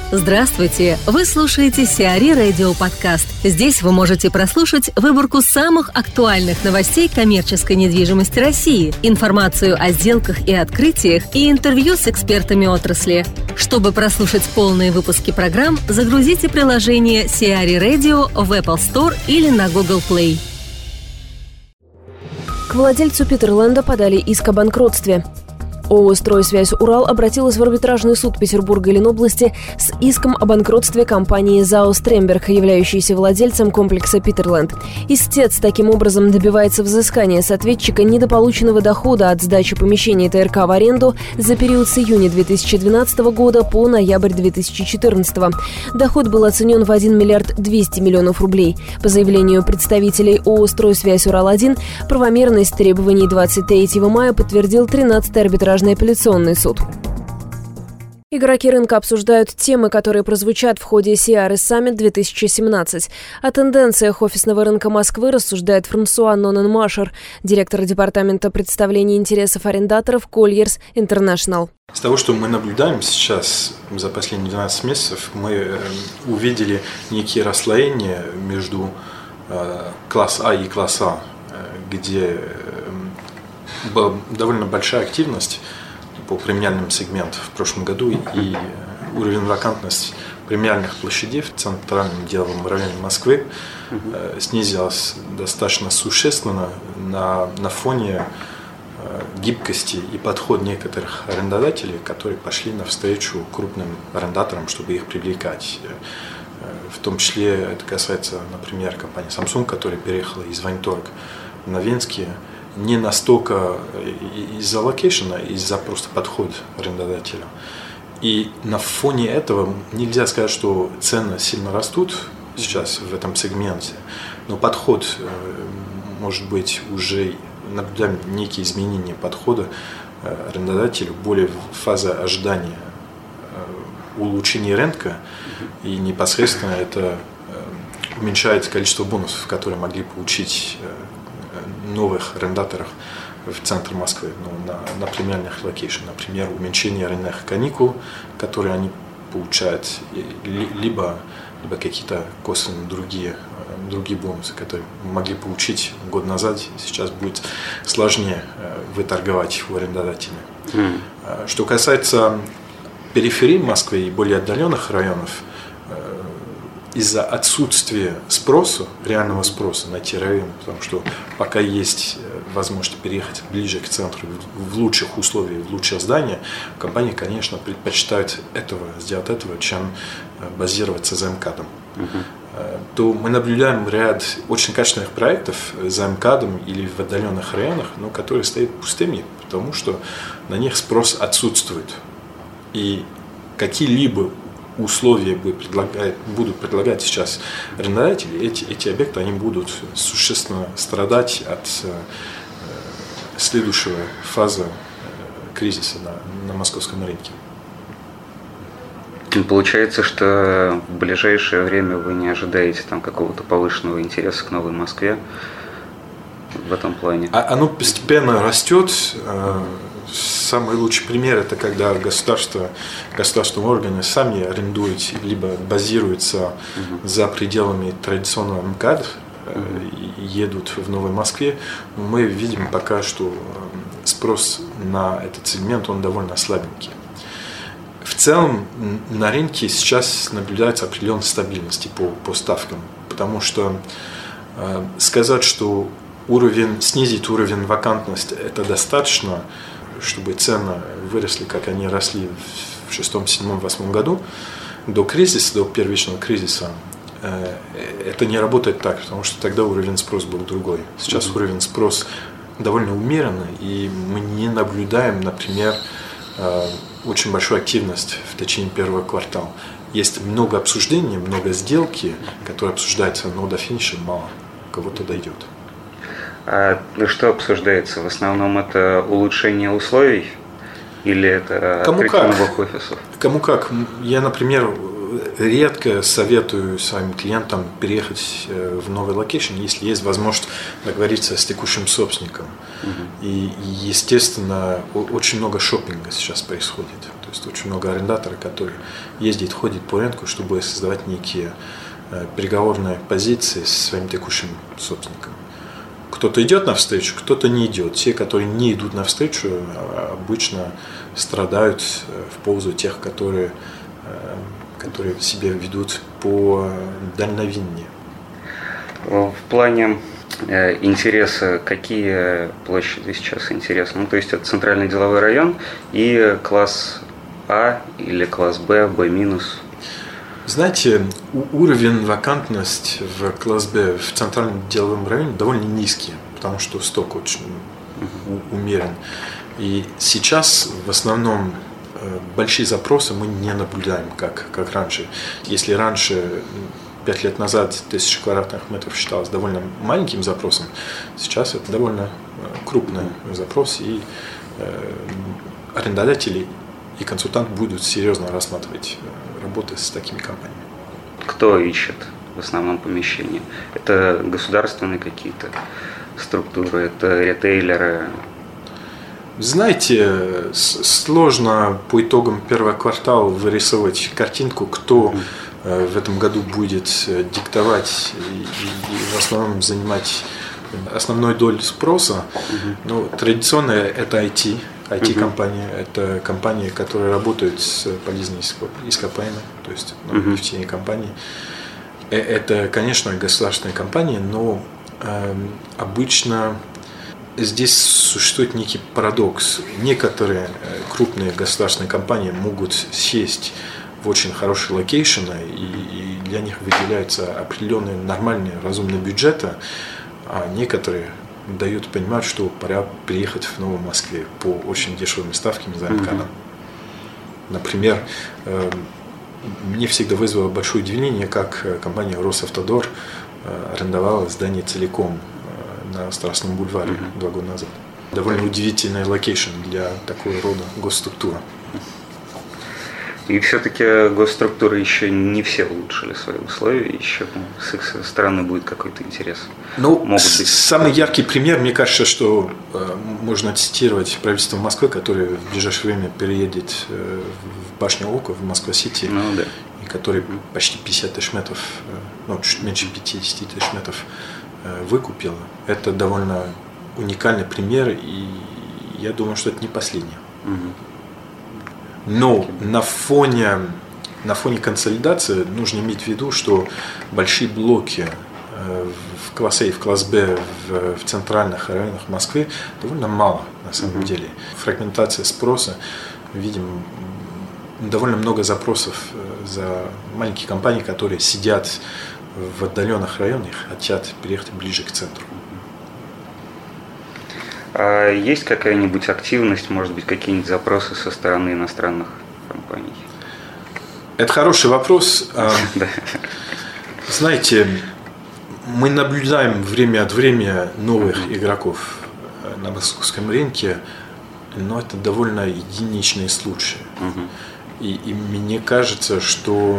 Здравствуйте! Вы слушаете CRE Radio подкаст. Здесь вы можете прослушать выборку самых актуальных новостей коммерческой недвижимости России, информацию о сделках и открытиях и интервью с экспертами отрасли. Чтобы прослушать полные выпуски программ, загрузите приложение CRE Radio в Apple Store или на Google Play. К владельцу Питерленда подали иск о банкротстве. ООО «Стройсвязь Урал» обратилась в арбитражный суд Петербурга и Ленобласти с иском о банкротстве компании ЗАО «Стремберг», являющейся владельцем комплекса «Питерленд». Истец таким образом добивается взыскания с ответчика недополученного дохода от сдачи помещений ТРК в аренду за период с июня 2012 года по ноябрь 2014. Доход был оценен в 1 миллиард 200 миллионов рублей. По заявлению представителей ООО «Стройсвязь Урал-1», правомерность требований 23 мая подтвердил 13-й арбитражный апелляционный суд. Игроки рынка обсуждают темы, которые прозвучат в ходе CRE Summit 2017. О тенденциях офисного рынка Москвы рассуждает Франсуа Ноненмашер, директор департамента представления интересов арендаторов Colliers International. С того, что мы наблюдаем сейчас за последние 12 месяцев, мы увидели некие расслоения между класс А и класс А, где была довольно большая активность по премиальным сегментам в прошлом году, и уровень вакантности премиальных площадей в центральном деловом районе Москвы снизился достаточно существенно на фоне гибкости и подхода некоторых арендодателей, которые пошли навстречу крупным арендаторам, чтобы их привлекать. В том числе это касается, например, компании Samsung, которая переехала из Вайнторг на Венские, не настолько из-за локейшена, из-за просто подхода арендодателя. И на фоне этого нельзя сказать, что цены сильно растут сейчас в этом сегменте, но подход, может быть, уже наблюдаем некие изменения подхода арендодателю, более фаза ожидания улучшения рынка, и непосредственно это уменьшает количество бонусов, которые могли получить новых арендаторов в центре Москвы, на премиальных локейшенах. Например, уменьшение арендных каникул, которые они получают, либо какие-то косвенные другие бонусы, которые могли получить год назад, сейчас будет сложнее выторговать у арендодателя. Что касается периферии Москвы и более отдаленных районов, из-за отсутствия спроса, реального спроса на эти районы, потому что пока есть возможность переехать ближе к центру, в лучших условиях, в лучшее здание, компании, конечно, предпочитают сделать этого, чем базироваться за МКАДом. То мы наблюдаем ряд очень качественных проектов за МКАДом или в отдаленных районах, но которые стоят пустыми, потому что на них спрос отсутствует. И какие-либо условия будут предлагать сейчас арендодатели, эти объекты они будут существенно страдать от следующего фазы кризиса на московском рынке. Получается, что в ближайшее время вы не ожидаете там какого-то повышенного интереса к Новой Москве в этом плане? Оно постепенно растет. Самый лучший пример – это когда государственные органы сами арендуют, либо базируются за пределами традиционного МКАД, едут в Новой Москве. Мы видим пока, что спрос на этот сегмент он довольно слабенький. В целом на рынке сейчас наблюдается определенная стабильность по ставкам, потому что сказать, что снизить уровень вакантности – это достаточно, чтобы цены выросли, как они росли в 2006, 2007, 2008 году, до первичного кризиса, это не работает так, потому что тогда уровень спроса был другой. Сейчас уровень спроса довольно умеренный, и мы не наблюдаем, например, очень большую активность в течение первого квартала. Есть много обсуждений, много сделки, которые обсуждаются, но до финиша мало кого-то дойдет. А что обсуждается? В основном это улучшение условий или это открытие новых офисов? Кому как. Я, например, редко советую своим клиентам переехать в новый локейшн, если есть возможность договориться с текущим собственником. И, естественно, очень много шопинга сейчас происходит. То есть очень много арендаторов, которые ездят, ходят по рынку, чтобы создавать некие переговорные позиции со своим текущим собственником. Кто-то идет навстречу, кто-то не идет. Те, которые не идут навстречу, обычно страдают в пользу тех, которые себя ведут по дальновиднее. В плане интереса, какие площади сейчас интересны? Ну, то есть это центральный деловой район и класс А или класс Б, Б-. Знаете, уровень вакантности в класс Б в центральном деловом районе довольно низкий, потому что сток очень умерен. И сейчас в основном большие запросы мы не наблюдаем, как раньше. Если раньше, 5 лет назад, 1000 квадратных метров считалось довольно маленьким запросом, сейчас это довольно крупный запрос, и арендодатели и консультант будут серьезно рассматривать работы с такими компаниями. Кто ищет в основном помещения? Это государственные какие-то структуры, это ритейлеры? Знаете, сложно по итогам первого квартала вырисовывать картинку, кто в этом году будет диктовать и в основном занимать основную долю спроса. Но традиционно это IT-компании, это компании, которые работают с полезными ископаемыми, то есть нефтяные компании. Это, конечно, государственные компании, но обычно здесь существует некий парадокс. Некоторые крупные государственные компании могут сесть в очень хорошие локейшены, и для них выделяются определенные нормальные, разумные бюджеты, а некоторые дают понимать, что пора приехать в Новую Москве по очень дешевыми ставками за МКАДом. Например, мне всегда вызвало большое удивление, как компания Росавтодор арендовала здание целиком на Страстном бульваре 2 года назад. Довольно удивительный локейшн для такого рода госструктуры. И все-таки госструктуры еще не все улучшили свои условия, еще с их стороны будет какой-то интерес. Ну, самый яркий пример, мне кажется, что можно цитировать правительство Москвы, которое в ближайшее время переедет в башню Ока, в Москва-Сити, и который почти 50 тысяч метров, чуть меньше 50 тысяч метров выкупил. Это довольно уникальный пример, и я думаю, что это не последний. Но на фоне консолидации нужно иметь в виду, что большие блоки в класс А и в класс Б в центральных районах Москвы довольно мало на самом деле. Фрагментация спроса, видим, довольно много запросов за маленькие компании, которые сидят в отдаленных районах, хотят переехать ближе к центру. А есть какая-нибудь активность, может быть, какие-нибудь запросы со стороны иностранных компаний? Это хороший вопрос. Знаете, мы наблюдаем время от времени новых игроков на московском рынке, но это довольно единичные случаи. И мне кажется, что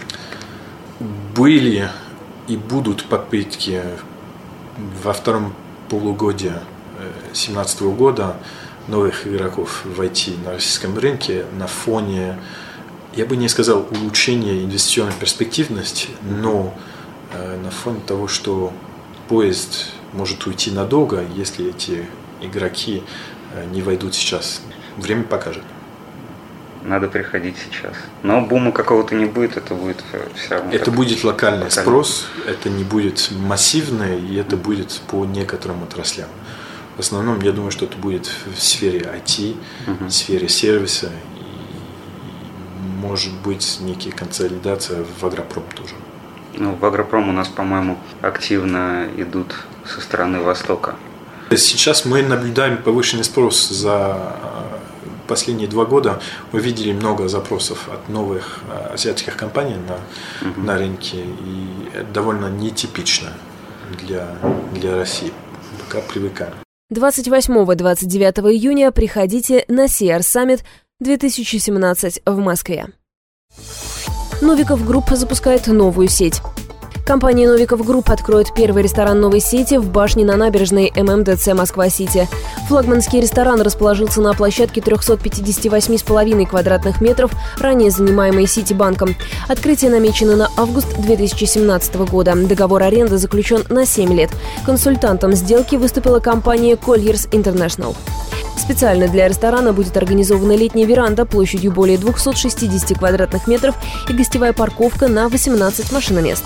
были и будут попытки во втором полугодии 2017 года новых игроков войти на российском рынке на фоне, я бы не сказал улучшения инвестиционной перспективности, но на фоне того, что поезд может уйти надолго, если эти игроки не войдут сейчас. Время покажет. Надо приходить сейчас. Но бума какого-то не будет, это будет все равно. Это будет локальный спрос, это не будет массивный, и это будет по некоторым отраслям. В основном, я думаю, что это будет в сфере IT, в сфере сервиса, и может быть некая консолидация в агропром тоже. Ну, в агропром у нас, по-моему, активно идут со стороны Востока. Сейчас мы наблюдаем повышенный спрос за последние 2 года. Мы видели много запросов от новых азиатских компаний на рынке, и это довольно нетипично для России. Пока привыкаем. 28-29 июня приходите на CR Summit 2017 в Москве. Новиков Групп запускает новую сеть. Компания «Новиков Групп» откроет первый ресторан новой сети в башне на набережной ММДЦ Москва-Сити. Флагманский ресторан расположился на площадке 358,5 квадратных метров, ранее занимаемой Ситибанком. Открытие намечено на август 2017 года. Договор аренды заключен на 7 лет. Консультантом сделки выступила компания Colliers International. Специально для ресторана будет организована летняя веранда площадью более 260 квадратных метров и гостевая парковка на 18 машиномест.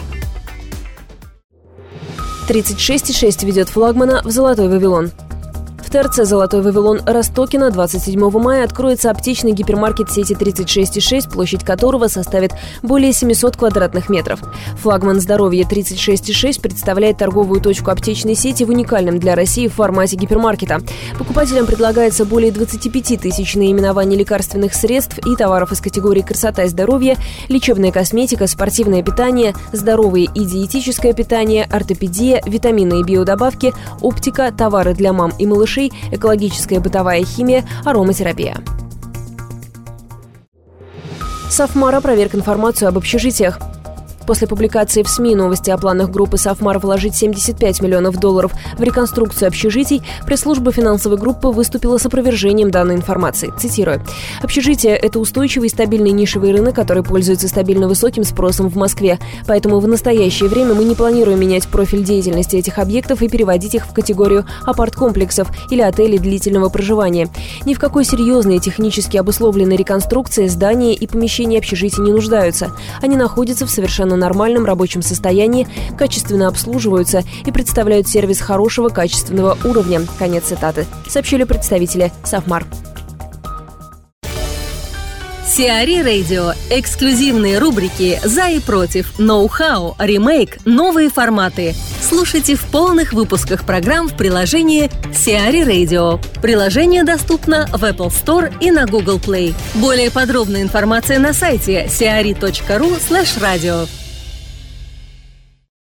36,6 ведет флагмана в «Золотой Вавилон». В ТРЦ «Золотой Вавилон» Ростокино 27 мая откроется аптечный гипермаркет сети 36,6, площадь которого составит более 700 квадратных метров. Флагман «Здоровье 36,6» представляет торговую точку аптечной сети в уникальном для России формате гипермаркета. Покупателям предлагается более 25 тысяч наименований лекарственных средств и товаров из категории «Красота и здоровье», лечебная косметика, спортивное питание, здоровое и диетическое питание, ортопедия, витамины и биодобавки, оптика, товары для мам и малышей, экологическая бытовая химия, ароматерапия. Сафмар опроверг информацию об общежитиях. После публикации в СМИ новости о планах группы «Сафмар» вложить $75 миллионов в реконструкцию общежитий, пресс-служба финансовой группы выступила с опровержением данной информации. Цитирую. «Общежитие – это устойчивый и стабильный нишевый рынок, который пользуется стабильно высоким спросом в Москве. Поэтому в настоящее время мы не планируем менять профиль деятельности этих объектов и переводить их в категорию апарт-комплексов или отелей длительного проживания. Ни в какой серьезной технически обусловленной реконструкции здания и помещения общежитий не нуждаются. Они находятся в совершенно нормальном рабочем состоянии, качественно обслуживаются и представляют сервис хорошего качественного уровня». Конец цитаты. Сообщили представители Сафмар. Сиари Радио. Эксклюзивные рубрики «За и против», «Ноу-хау», «Ремейк», «Новые форматы». Слушайте в полных выпусках программ в приложении Сиари Radio. Приложение доступно в Apple Store и на Google Play. Более подробная информация на сайте siari.ru/radio.